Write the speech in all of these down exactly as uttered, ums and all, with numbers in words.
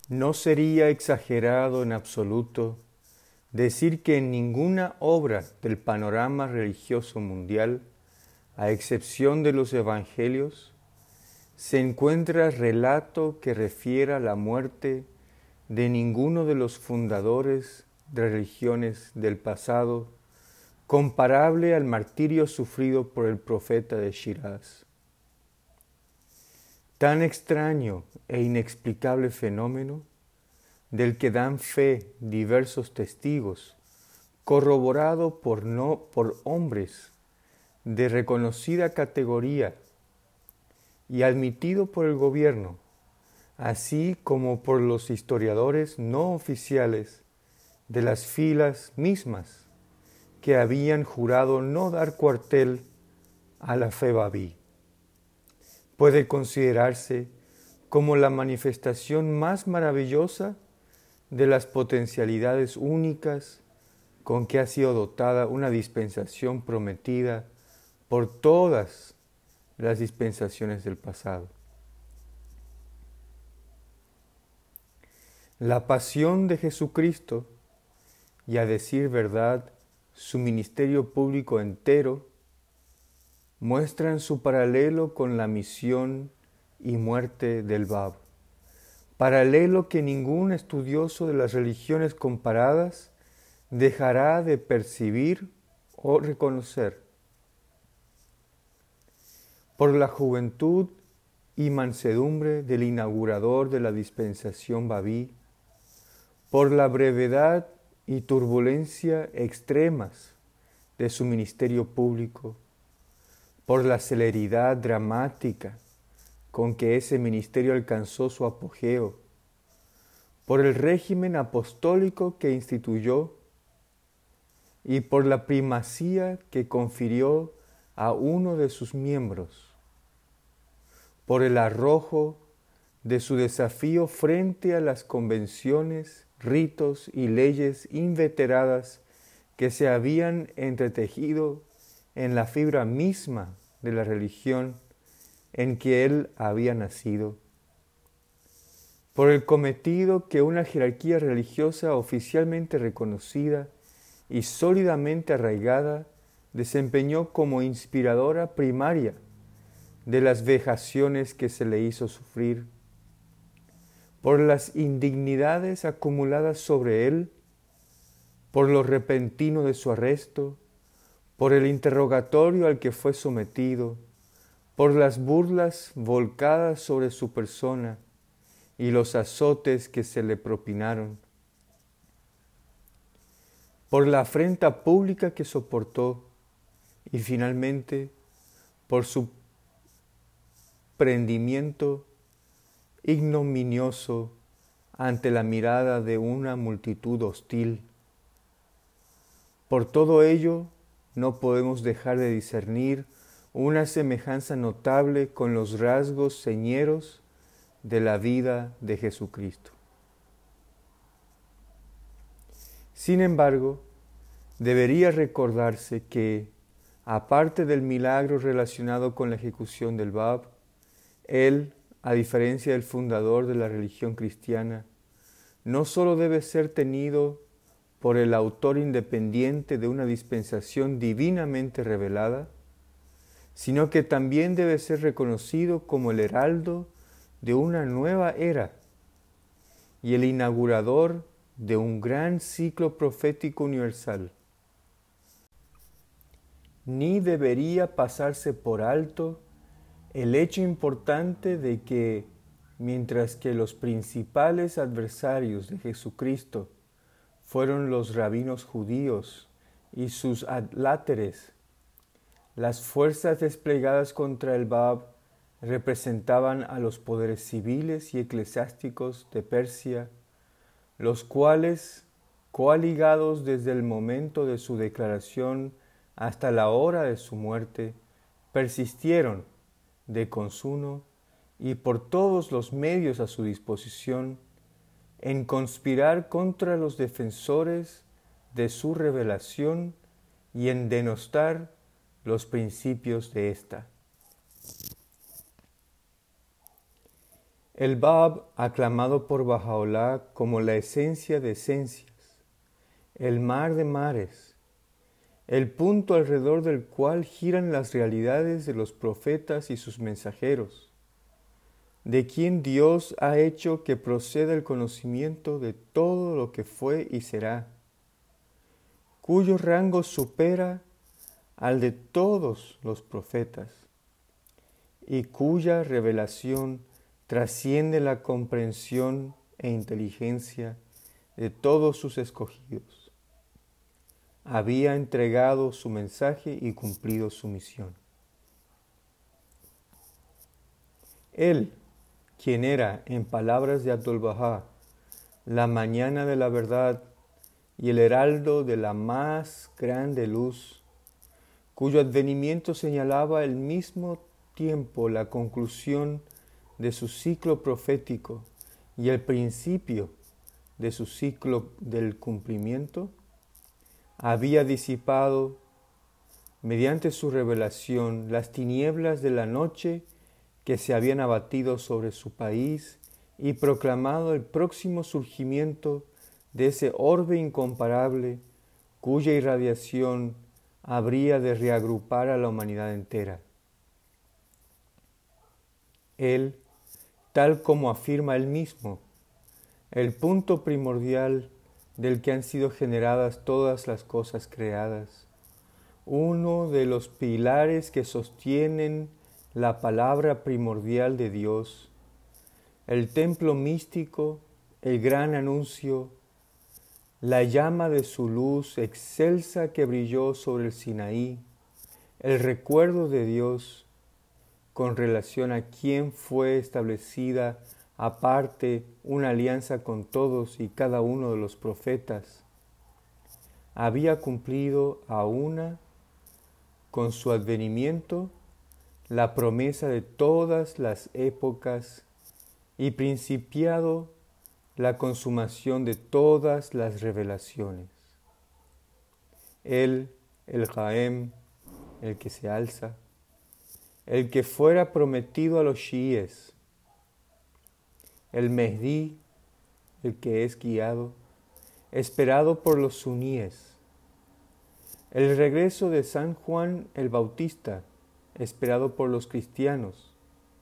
No sería exagerado en absoluto decir que en ninguna obra del panorama religioso mundial, a excepción de los evangelios, se encuentra relato que refiera la muerte de ninguno de los fundadores de religiones del pasado, comparable al martirio sufrido por el profeta de Shiraz. Tan extraño e inexplicable fenómeno, del que dan fe diversos testigos, corroborado por, no, por hombres de reconocida categoría y admitido por el gobierno, así como por los historiadores no oficiales de las filas mismas que habían jurado no dar cuartel a la fe babí. Puede considerarse como la manifestación más maravillosa de las potencialidades únicas con que ha sido dotada una dispensación prometida por todas las dispensaciones del pasado. La pasión de Jesucristo, y a decir verdad, su ministerio público entero, muestran su paralelo con la misión y muerte del Bab, paralelo que ningún estudioso de las religiones comparadas dejará de percibir o reconocer. Por la juventud y mansedumbre del inaugurador de la dispensación babí, por la brevedad y turbulencia extremas de su ministerio público, por la celeridad dramática con que ese ministerio alcanzó su apogeo, por el régimen apostólico que instituyó y por la primacía que confirió a uno de sus miembros, por el arrojo de su desafío frente a las convenciones, ritos y leyes inveteradas que se habían entretejido en la fibra misma de la religión en que él había nacido, por el cometido que una jerarquía religiosa oficialmente reconocida y sólidamente arraigada desempeñó como inspiradora primaria de las vejaciones que se le hizo sufrir, por las indignidades acumuladas sobre él, por lo repentino de su arresto, por el interrogatorio al que fue sometido, por las burlas volcadas sobre su persona y los azotes que se le propinaron, por la afrenta pública que soportó y finalmente por su prendimiento ignominioso ante la mirada de una multitud hostil. Por todo ello, no podemos dejar de discernir una semejanza notable con los rasgos señeros de la vida de Jesucristo. Sin embargo, debería recordarse que, aparte del milagro relacionado con la ejecución del Bab, él, a diferencia del fundador de la religión cristiana, no sólo debe ser tenido por el autor independiente de una dispensación divinamente revelada, sino que también debe ser reconocido como el heraldo de una nueva era y el inaugurador de un gran ciclo profético universal. Ni debería pasarse por alto el hecho importante de que, mientras que los principales adversarios de Jesucristo fueron los rabinos judíos y sus adláteres, las fuerzas desplegadas contra el Bab representaban a los poderes civiles y eclesiásticos de Persia, los cuales, coaligados desde el momento de su declaración hasta la hora de su muerte, persistieron de consuno y por todos los medios a su disposición en conspirar contra los defensores de su revelación y en denostar los principios de ésta. El Bab, aclamado por Bahá'u'lláh como la esencia de esencias, el mar de mares, el punto alrededor del cual giran las realidades de los profetas y sus mensajeros, de quien Dios ha hecho que proceda el conocimiento de todo lo que fue y será, cuyo rango supera al de todos los profetas, y cuya revelación trasciende la comprensión e inteligencia de todos sus escogidos. Había entregado su mensaje y cumplido su misión. Él, quien era, en palabras de Abdul-Bahá, la mañana de la verdad y el heraldo de la más grande luz, cuyo advenimiento señalaba al mismo tiempo la conclusión de su ciclo profético y el principio de su ciclo del cumplimiento, había disipado, mediante su revelación, las tinieblas de la noche que se habían abatido sobre su país y proclamado el próximo surgimiento de ese orbe incomparable cuya irradiación habría de reagrupar a la humanidad entera. Él, tal como afirma él mismo, el punto primordial del que han sido generadas todas las cosas creadas, uno de los pilares que sostienen la palabra primordial de Dios, el templo místico, el gran anuncio, la llama de su luz excelsa que brilló sobre el Sinaí, el recuerdo de Dios con relación a quien fue establecida aparte una alianza con todos y cada uno de los profetas, había cumplido a una con su advenimiento la promesa de todas las épocas y principiado la consumación de todas las revelaciones. Él, el Jaem, el que se alza, el que fuera prometido a los chiíes, el Mehdi, el que es guiado, esperado por los suníes, el regreso de San Juan el Bautista, esperado por los cristianos,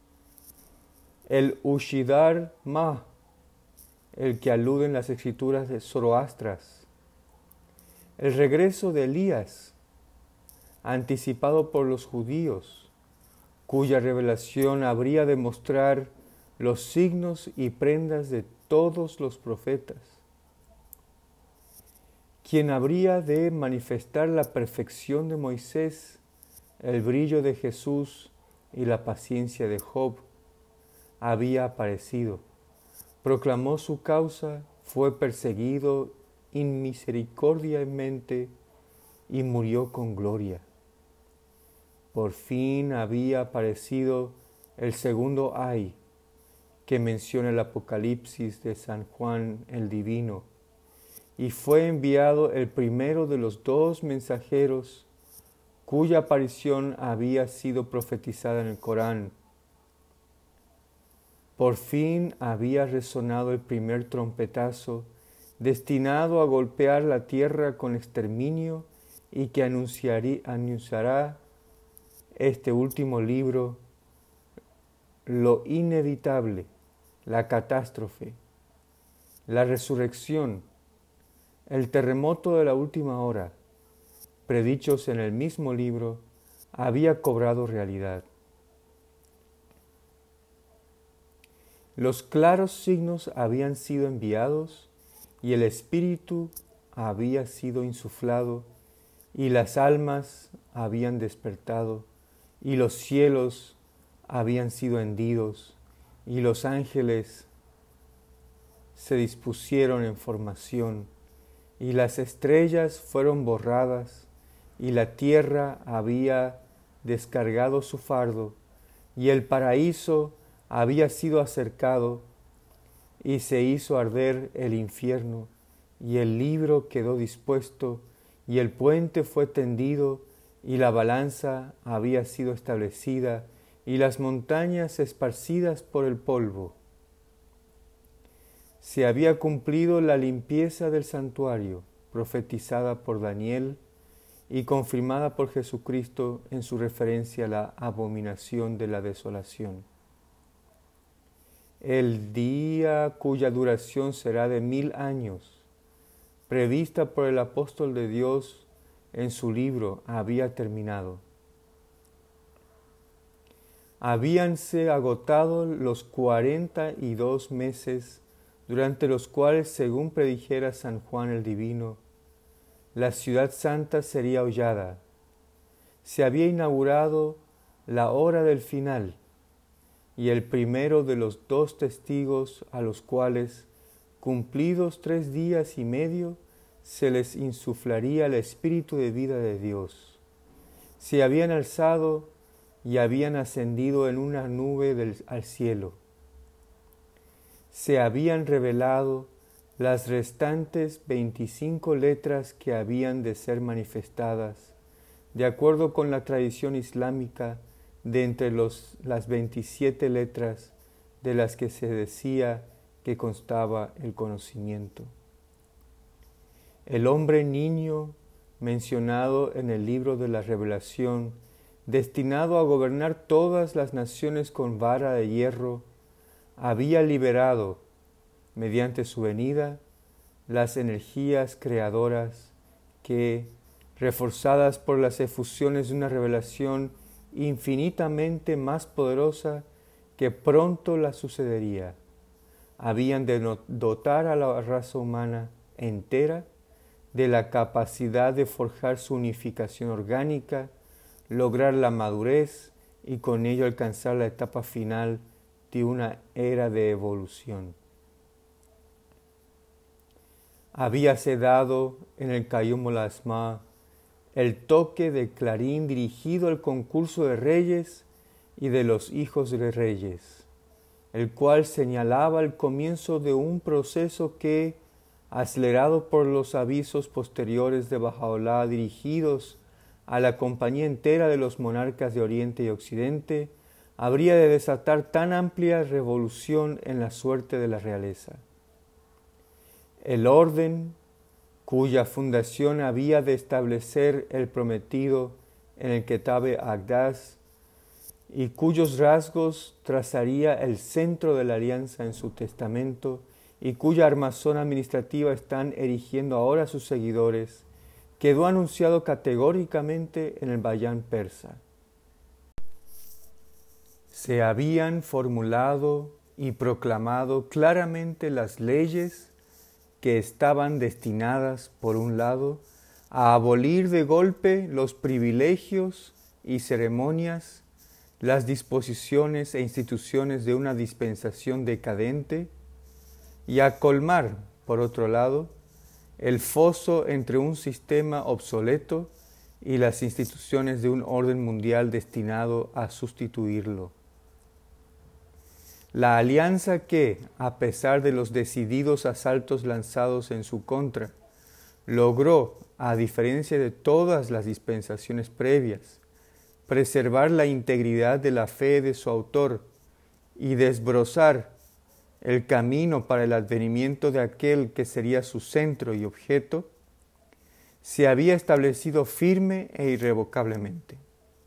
el Ushidar Mah, el que aluden las escrituras de Zoroastras, el regreso de Elías, anticipado por los judíos, cuya revelación habría de mostrar los signos y prendas de todos los profetas, quien habría de manifestar la perfección de Moisés, el brillo de Jesús y la paciencia de Job, había aparecido, proclamó su causa, fue perseguido inmisericordiamente y murió con gloria. Por fin había aparecido el segundo ay que menciona el Apocalipsis de San Juan el Divino, y fue enviado el primero de los dos mensajeros cuya aparición había sido profetizada en el Corán. Por fin había resonado el primer trompetazo destinado a golpear la tierra con exterminio y que anunciará este último libro, lo inevitable, la catástrofe, la resurrección, el terremoto de la última hora, predichos en el mismo libro, había cobrado realidad. Los claros signos habían sido enviados y el Espíritu había sido insuflado y las almas habían despertado y los cielos habían sido hendidos y los ángeles se dispusieron en formación y las estrellas fueron borradas y la tierra había descargado su fardo y el paraíso había sido acercado y se hizo arder el infierno y el libro quedó dispuesto y el puente fue tendido y la balanza había sido establecida y las montañas esparcidas por el polvo. se había cumplido la limpieza del santuario, profetizada por Daniel y confirmada por Jesucristo en su referencia a la abominación de la desolación. El día cuya duración será de mil años, prevista por el apóstol de Dios en su libro, había terminado. Habíanse agotado los cuarenta y dos meses durante los cuales, según predijera San Juan el Divino, la ciudad santa sería hollada. Se había inaugurado la hora del final, y el primero de los dos testigos a los cuales, cumplidos tres días y medio, se les insuflaría el espíritu de vida de Dios. Se habían alzado y habían ascendido en una nube del, al cielo. Se habían revelado las restantes veinticinco letras que habían de ser manifestadas, de acuerdo con la tradición islámica, de entre los, las veintisiete letras de las que se decía que constaba el conocimiento. El hombre niño mencionado en el libro de la Revelación, destinado a gobernar todas las naciones con vara de hierro, había liberado, mediante su venida, las energías creadoras que, reforzadas por las efusiones de una revelación infinitamente más poderosa que pronto la sucedería, habían de dotar a la raza humana entera de la capacidad de forjar su unificación orgánica, lograr la madurez y con ello alcanzar la etapa final de una era de evolución. Habíase dado en el Qayyum al-Asma el toque de clarín dirigido al concurso de reyes y de los hijos de reyes, el cual señalaba el comienzo de un proceso que, acelerado por los avisos posteriores de Bahá'u'lláh dirigidos a la compañía entera de los monarcas de Oriente y Occidente, habría de desatar tan amplia revolución en la suerte de la realeza. El orden, cuya fundación había de establecer el prometido en el Ketabe Aqdas y cuyos rasgos trazaría el centro de la alianza en su testamento y cuya armazón administrativa están erigiendo ahora sus seguidores, quedó anunciado categóricamente en el Bayán persa. Se habían formulado y proclamado claramente las leyes que estaban destinadas, por un lado, a abolir de golpe los privilegios y ceremonias, las disposiciones e instituciones de una dispensación decadente, y a colmar, por otro lado, el foso entre un sistema obsoleto y las instituciones de un orden mundial destinado a sustituirlo. La alianza que, a pesar de los decididos asaltos lanzados en su contra, logró, a diferencia de todas las dispensaciones previas, preservar la integridad de la fe de su autor y desbrozar el camino para el advenimiento de aquel que sería su centro y objeto, se había establecido firme e irrevocablemente.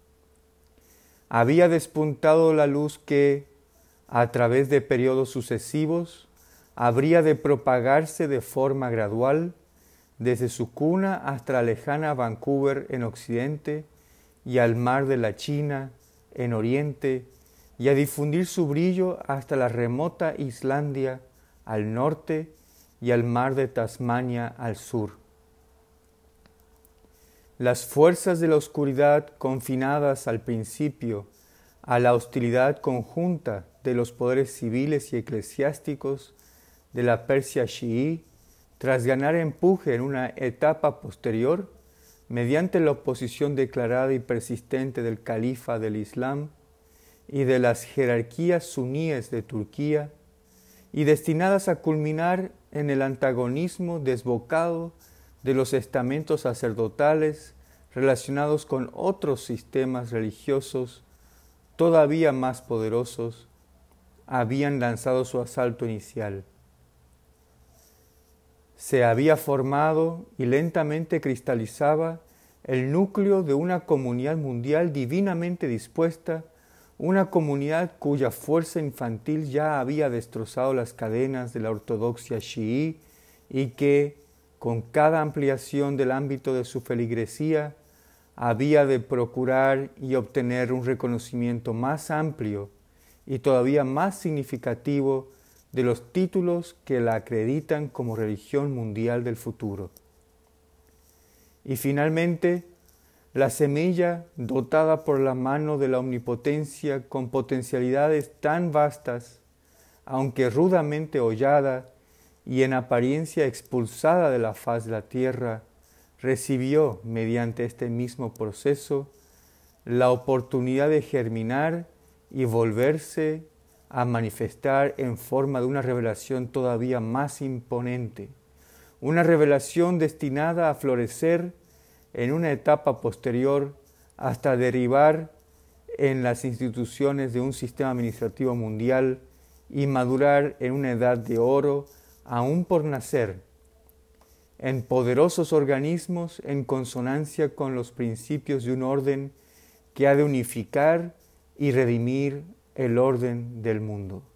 Había despuntado la luz que, a través de periodos sucesivos, habría de propagarse de forma gradual desde su cuna hasta la lejana Vancouver en Occidente y al mar de la China en Oriente, y a difundir su brillo hasta la remota Islandia al norte y al mar de Tasmania al sur. Las fuerzas de la oscuridad, confinadas al principio a la hostilidad conjunta de los poderes civiles y eclesiásticos de la Persia chií, tras ganar empuje en una etapa posterior, mediante la oposición declarada y persistente del califa del Islam y de las jerarquías suníes de Turquía, y destinadas a culminar en el antagonismo desbocado de los estamentos sacerdotales relacionados con otros sistemas religiosos todavía más poderosos, habían lanzado su asalto inicial. se había formado y lentamente cristalizaba el núcleo de una comunidad mundial divinamente dispuesta, una comunidad cuya fuerza infantil ya había destrozado las cadenas de la ortodoxia chií y que, con cada ampliación del ámbito de su feligresía, había de procurar y obtener un reconocimiento más amplio y todavía más significativo de los títulos que la acreditan como religión mundial del futuro. Y finalmente, la semilla, dotada por la mano de la omnipotencia con potencialidades tan vastas, aunque rudamente hollada y en apariencia expulsada de la faz de la tierra, recibió, mediante este mismo proceso, la oportunidad de germinar y volverse a manifestar en forma de una revelación todavía más imponente, una revelación destinada a florecer en una etapa posterior hasta derivar en las instituciones de un sistema administrativo mundial y madurar en una edad de oro aún por nacer, en poderosos organismos en consonancia con los principios de un orden que ha de unificar y redimir el orden del mundo.